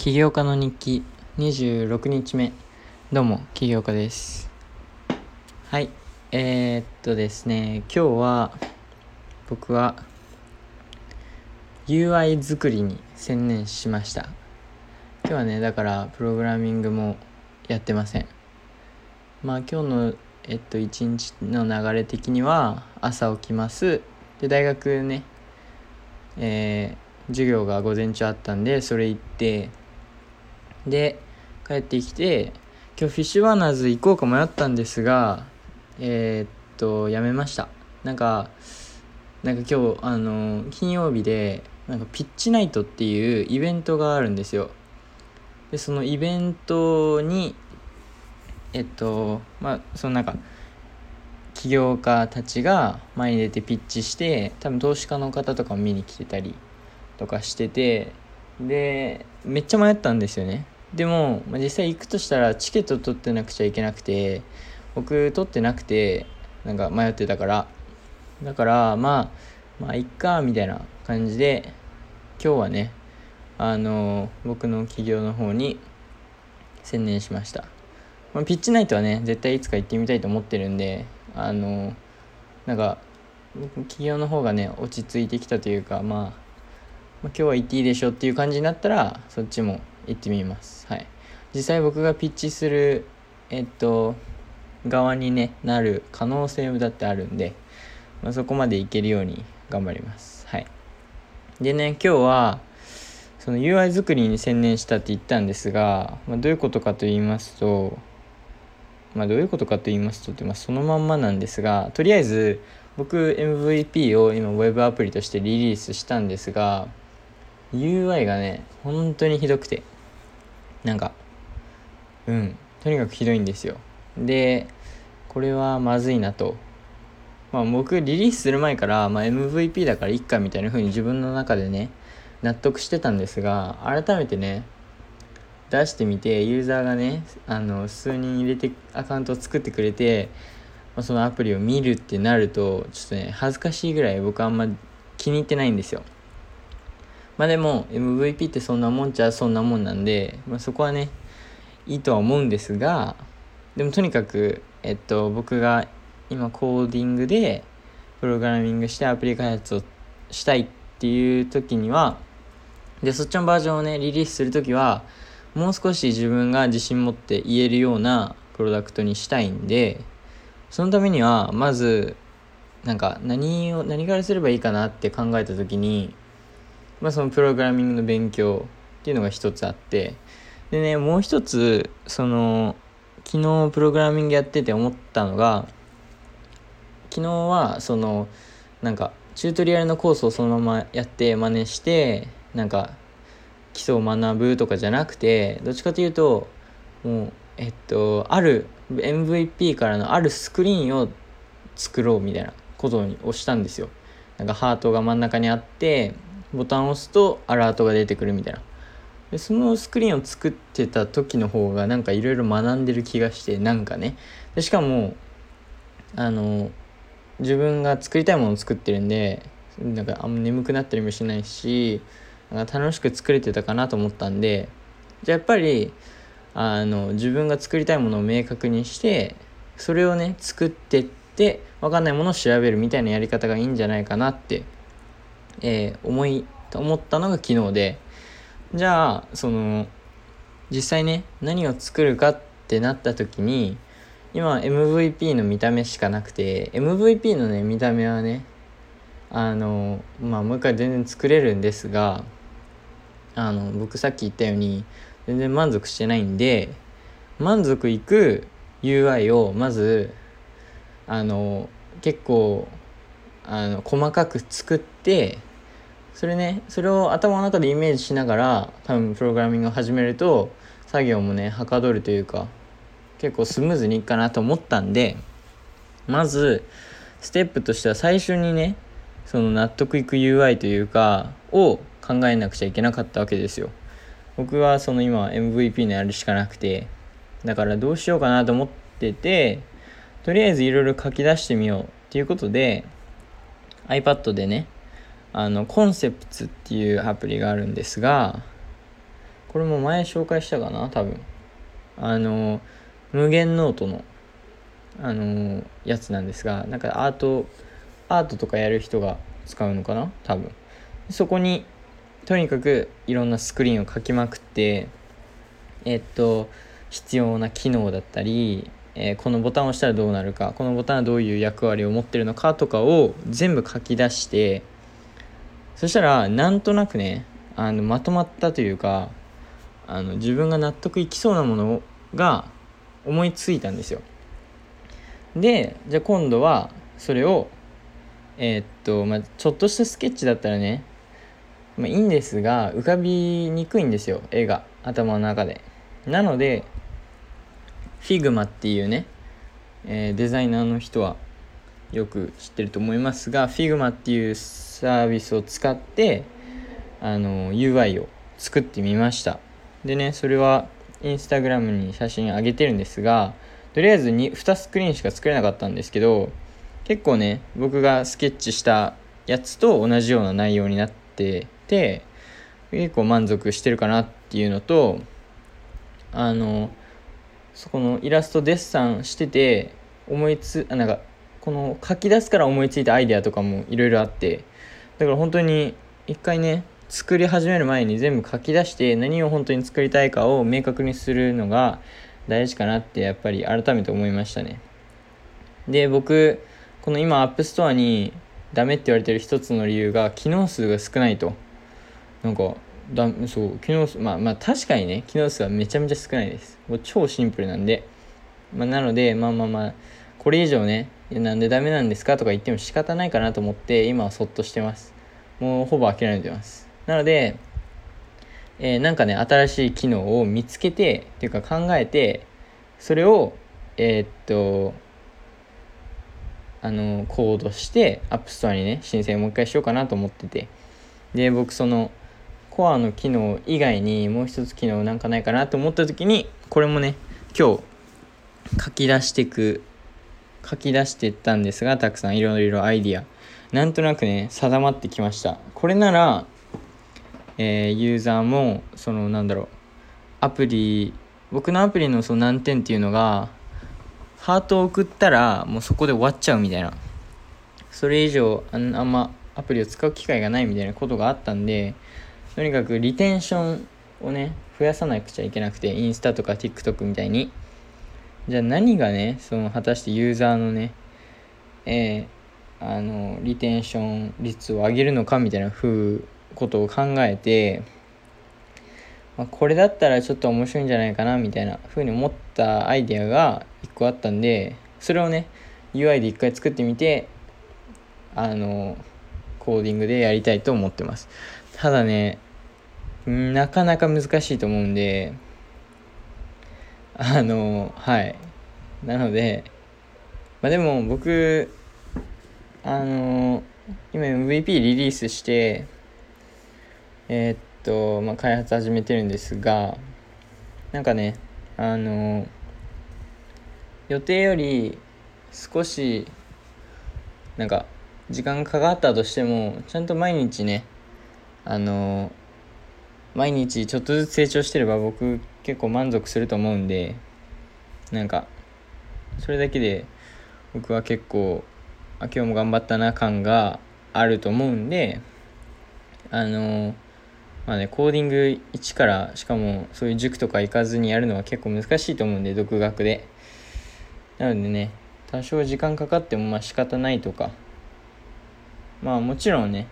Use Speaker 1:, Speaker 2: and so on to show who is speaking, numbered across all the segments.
Speaker 1: 起業家の日記26日目。どうも起業家です。はい。ですね、今日は僕は UI 作りに専念しました。今日はね、だからプログラミングもやってません。今日の一日の流れ的には朝起きます。で、大学ね、授業が午前中あったんでそれ行って、で帰ってきて、今日フィッシュバーナーズ行こうか迷ったんですがやめました。なんか今日金曜日でピッチナイトっていうイベントがあるんですよ。でそのイベントに起業家たちが前に出てピッチして、多分投資家の方とかも見に来てたりとかしてて、でめっちゃ迷ったんですよね。でも、実際行くとしたらチケット取ってなくちゃいけなくて、僕取ってなくて迷ってたから、だからいっかみたいな感じで今日はね僕の起業の方に専念しました。ピッチナイトはね絶対いつか行ってみたいと思ってるんで、僕起業の方がね落ち着いてきたというか、今日は行っていいでしょっていう感じになったらそっちも行ってみます。はい。実際僕がピッチする側に、なる可能性だってあるんで、そこまで行けるように頑張ります。はい。でね、今日はその UI 作りに専念したって言ったんですが、どういうことかと言いますとってそのまんまなんですが、とりあえず僕 MVP を今ウェブアプリとしてリリースしたんですが、 UI がね本当にひどくて、とにかくひどいんですよ。でこれはまずいなと、僕リリースする前から、MVP だからいっかみたいな風に自分の中でね納得してたんですが、改めてね出してみて、ユーザーがね数人入れてアカウントを作ってくれて、そのアプリを見るってなるとちょっとね恥ずかしいぐらい僕あんま気に入ってないんですよ。でも MVP ってそんなもんちゃそんなもんなんで、そこはねいいとは思うんですが、でもとにかく僕が今コーディングでプログラミングしてアプリ開発をしたいっていう時には、でそっちのバージョンをねリリースする時はもう少し自分が自信持って言えるようなプロダクトにしたいんで、そのためにはまず何からすればいいかなって考えた時に、そのプログラミングの勉強っていうのが一つあって、でねもう一つ昨日プログラミングやってて思ったのが、昨日はチュートリアルのコースをそのままやって真似して基礎を学ぶとかじゃなくて、どっちかというともうある MVP からのあるスクリーンを作ろうみたいなことをしたんですよ。ハートが真ん中にあってボタンを押すとアラートが出てくるみたいな。でそのスクリーンを作ってた時の方がいろいろ学んでる気がして、でしかも自分が作りたいものを作ってるんであんま眠くなったりもしないし、楽しく作れてたかなと思ったんで、じゃあやっぱり自分が作りたいものを明確にしてそれをね作ってって分かんないものを調べるみたいなやり方がいいんじゃないかなって、思ったのが昨日で、じゃあ実際ね何を作るかってなった時に、今 MVP の見た目しかなくて、 MVP のね見た目はねもう一回全然作れるんですが、僕さっき言ったように全然満足してないんで、満足いく UI をまず結構細かく作って、それを頭の中でイメージしながら多分プログラミングを始めると作業もねはかどるというか結構スムーズにいくかなと思ったんで、まずステップとしては最初にねその納得いく UI というかを考えなくちゃいけなかったわけですよ。僕は今 MVP のやるしかなくて、だからどうしようかなと思ってて、とりあえずいろいろ書き出してみようっていうことで iPad でねコンセプツっていうアプリがあるんですが、 これも前紹介したかな多分。無限ノートのやつなんですが、なんかアートとかやる人が使うのかな多分。そこにとにかくいろんなスクリーンを書きまくって、必要な機能だったり、このボタンを押したらどうなるか、このボタンはどういう役割を持ってるのかとかを全部書き出して、そしたらなんとなくねまとまったというか自分が納得いきそうなものが思いついたんですよ。でじゃあ今度はそれをちょっとしたスケッチだったらね、いいんですが浮かびにくいんですよ、絵が頭の中で。なので Figma っていうね、デザイナーの人はよく知ってると思いますが Figma っていうサービスを使ってUI を作ってみました。でね、それはインスタグラムに写真上げてるんですが、とりあえず2スクリーンしか作れなかったんですけど、結構ね僕がスケッチしたやつと同じような内容になってて、結構満足してるかなっていうのと、そこのイラストデッサンしててなんかこの書き出すから思いついたアイデアとかもいろいろあって、だから本当に一回ね作り始める前に全部書き出して何を本当に作りたいかを明確にするのが大事かなってやっぱり改めて思いましたね。で僕この今アップストアにダメって言われてる一つの理由が機能数が少ないと。なんかそう機能数確かにね機能数はめちゃめちゃ少ないです。もう超シンプルなんで、なのでこれ以上ねなんでダメなんですかとか言っても仕方ないかなと思って今はそっとしてます。もうほぼ諦めてます。なので、なんかね新しい機能を見つけてっていうか考えて、それをコードしてアップストアにね申請をもう一回しようかなと思ってて、で僕そのコアの機能以外にもう一つ機能なんかないかなと思った時に、これもね今日書き出していったんですが、たくさんいろいろアイディアなんとなくね定まってきました。これなら、ユーザーも僕のアプリのその難点っていうのがハートを送ったらもうそこで終わっちゃうみたいな、それ以上あんまアプリを使う機会がないみたいなことがあったんで、とにかくリテンションをね増やさなくちゃいけなくて、インスタとか TikTok みたいに。じゃあ何がね果たしてユーザーのねリテンション率を上げるのかみたいなことを考えて、これだったらちょっと面白いんじゃないかなみたいな風に思ったアイデアが1個あったんで、それをね UI で1回作ってみてコーディングでやりたいと思ってます。ただねなかなか難しいと思うんではいなのででも僕今 MVP リリースして開発始めてるんですが、なんかね予定より少しなんか時間かかったとしてもちゃんと毎日ね毎日ちょっとずつ成長してれば僕結構満足すると思うんで、なんかそれだけで僕は結構今日も頑張ったな感があると思うんで、コーディング一からしかもそういう塾とか行かずにやるのは結構難しいと思うんで、独学で。なのでね多少時間かかっても仕方ないとか、もちろんね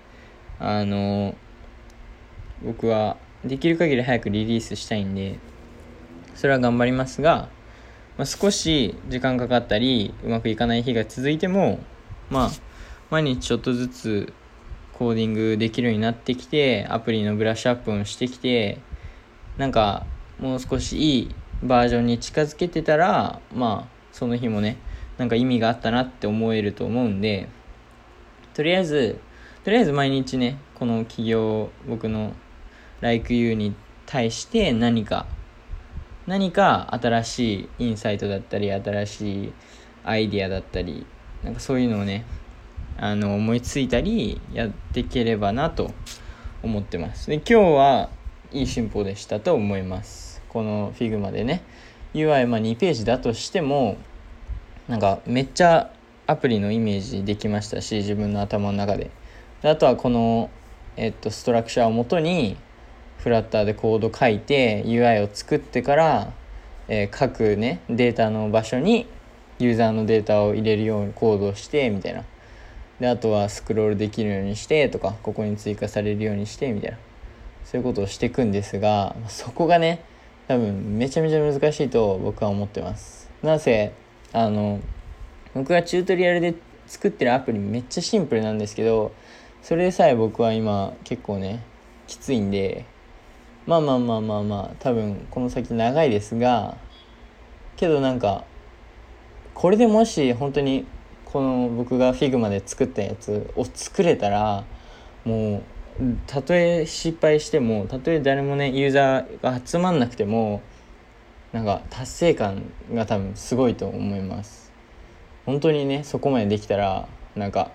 Speaker 1: 僕はできる限り早くリリースしたいんでそれは頑張りますが、少し時間かかったりうまくいかない日が続いても毎日ちょっとずつコーディングできるようになってきて、アプリのブラッシュアップをしてきて、なんかもう少しいいバージョンに近づけてたらその日もねなんか意味があったなって思えると思うんで、とりあえず毎日ねこの僕の Like You に対して何か新しいインサイトだったり新しいアイディアだったりなんかそういうのをね思いついたりやっていければなと思ってます。で今日はいい進歩でしたと思います。この Figma でね UI2 ページだとしてもなんかめっちゃアプリのイメージできましたし、自分の頭の中で。あとはこの、ストラクチャーをもとにフラッターでコード書いて UI を作ってから、各ねデータの場所にユーザーのデータを入れるようにコードをしてみたいな。であとはスクロールできるようにしてとか、ここに追加されるようにしてみたいな、そういうことをしていくんですが、そこがね多分めちゃめちゃ難しいと僕は思ってます。なぜ僕がチュートリアルで作ってるアプリめっちゃシンプルなんですけど、それさえ僕は今結構ねきついんで、まあ多分この先長いですが、けどなんかこれでもし本当にこの僕が Figma で作ったやつを作れたら、もうたとえ失敗しても、たとえ誰もねユーザーが集まんなくても、なんか達成感が多分すごいと思います。本当にねそこまでできたら、なんか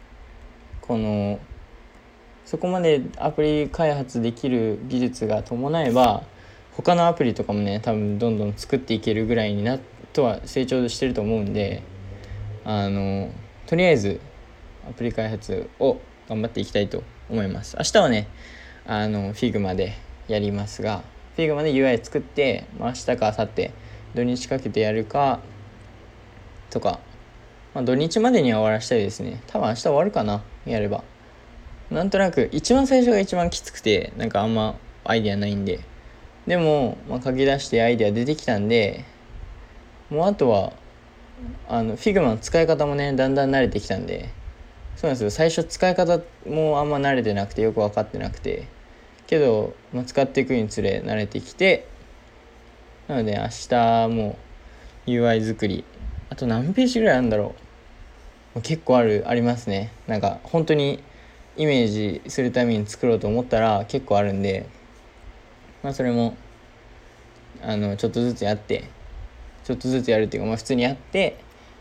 Speaker 1: そこまでアプリ開発できる技術が伴えば、他のアプリとかもね多分どんどん作っていけるぐらいにとは成長してると思うんで、とりあえずアプリ開発を頑張っていきたいと思います。明日はねFigma でやりますが、Figma で UI 作って、明日か明後日土日かけてやるかとか、土日までには終わらしたいですね。多分明日終わるかな、やれば。なんとなく一番最初が一番きつくて、なんかあんまアイデアないんで、でも、書き出してアイデア出てきたんで、もうあとはFigma の使い方もねだんだん慣れてきたんで、そうなんですよ。最初使い方もあんま慣れてなくてよく分かってなくて、けど、使っていくにつれ慣れてきて、なので明日も UI 作り、あと何ページぐらいあるんだろう、結構ありますね。なんか本当にイメージするために作ろうと思ったら結構あるんで、それもちょっとずつやるっていうか、普通にやって、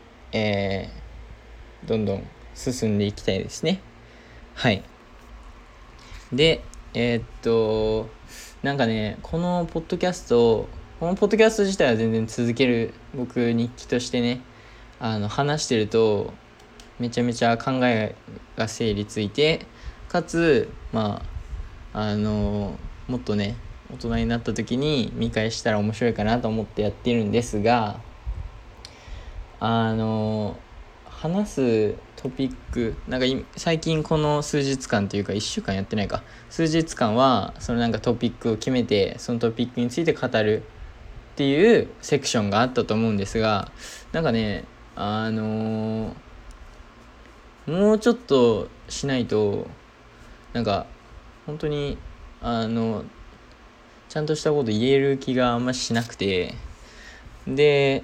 Speaker 1: どんどん進んでいきたいですね。はい。でなんかねこのポッドキャスト自体は全然続ける、僕日記としてね話してるとめちゃめちゃ考えが整理ついて、かつもっとね大人になった時に見返したら面白いかなと思ってやってるんですが、話すトピック、なんか最近この数日間というか1週間やってないか、数日間はそのなんかトピックを決めて、そのトピックについて語るっていうセクションがあったと思うんですが、なんかねもうちょっとしないと、なんか本当にちゃんとしたこと言える気があんましなくて、で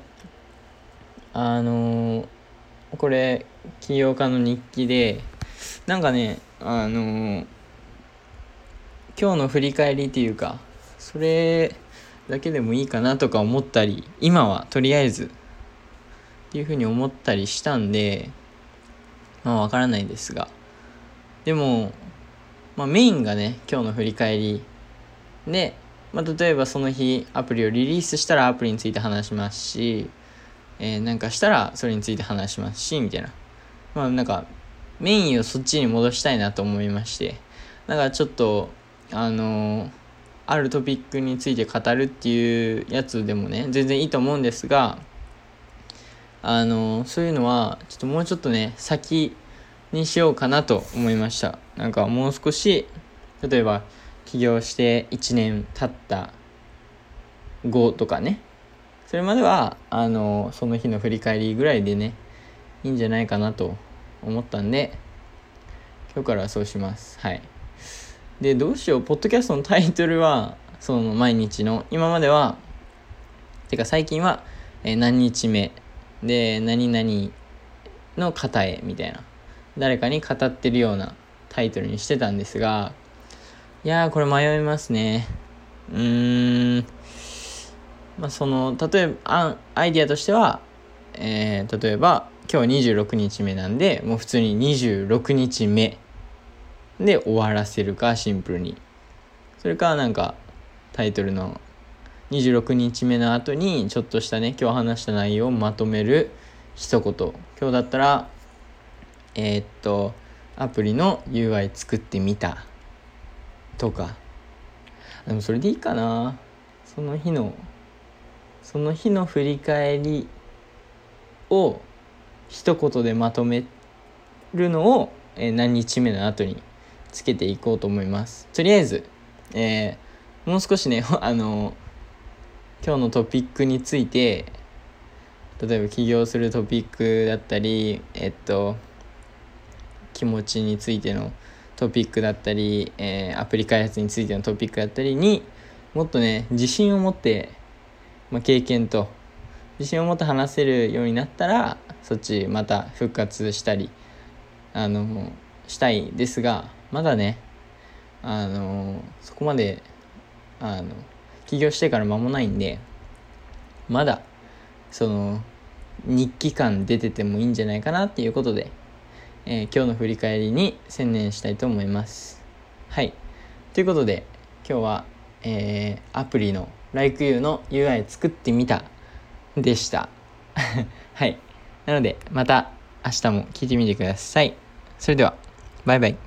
Speaker 1: これ起業家の日記で、なんかね今日の振り返りっていうか、それだけでもいいかなとか思ったり、今はとりあえずっていうふうに思ったりしたんで、わからないですが、でも、メインがね今日の振り返りで、例えばその日アプリをリリースしたらアプリについて話しますし、なんかしたらそれについて話しますしみたいな、なんかメインをそっちに戻したいなと思いまして、だからちょっとあるトピックについて語るっていうやつでもね全然いいと思うんですが、そういうのはちょっともうちょっとね先にしようかなと思いました。なんかもう少し、例えば起業して1年経った後とかね、それまではその日の振り返りぐらいでねいいんじゃないかなと思ったんで、今日からはそうします。はい。でどうしよう、ポッドキャストのタイトルはその毎日の、今までは最近は、何日目で何々の方へみたいな、誰かに語ってるようなタイトルにしてたんですが、いやーこれ迷いますね。その例えばアイディアとしては、例えば今日26日目なんで、もう普通に26日目で終わらせるか、シンプルにそれからなんかタイトルの26日目の後にちょっとしたね、今日話した内容をまとめる一言。今日だったらアプリの UI 作ってみたとか、でもそれでいいかな。その日の振り返りを一言でまとめるのを何日目の後につけていこうと思います。とりあえず、もう少しね今日のトピックについて、例えば起業するトピックだったり気持ちについてのトピックだったり、アプリ開発についてのトピックだったりにもっとね自信を持って、経験と自信を持って話せるようになったら、そっちまた復活したりしたいですが、まだねそこまで起業してから間もないんで、まだその日記感出ててもいいんじゃないかなっていうことで、今日の振り返りに専念したいと思います。はい、ということで今日は、アプリの LikeU の UI 作ってみたでしたはい、なのでまた明日も聞いてみてください。それではバイバイ。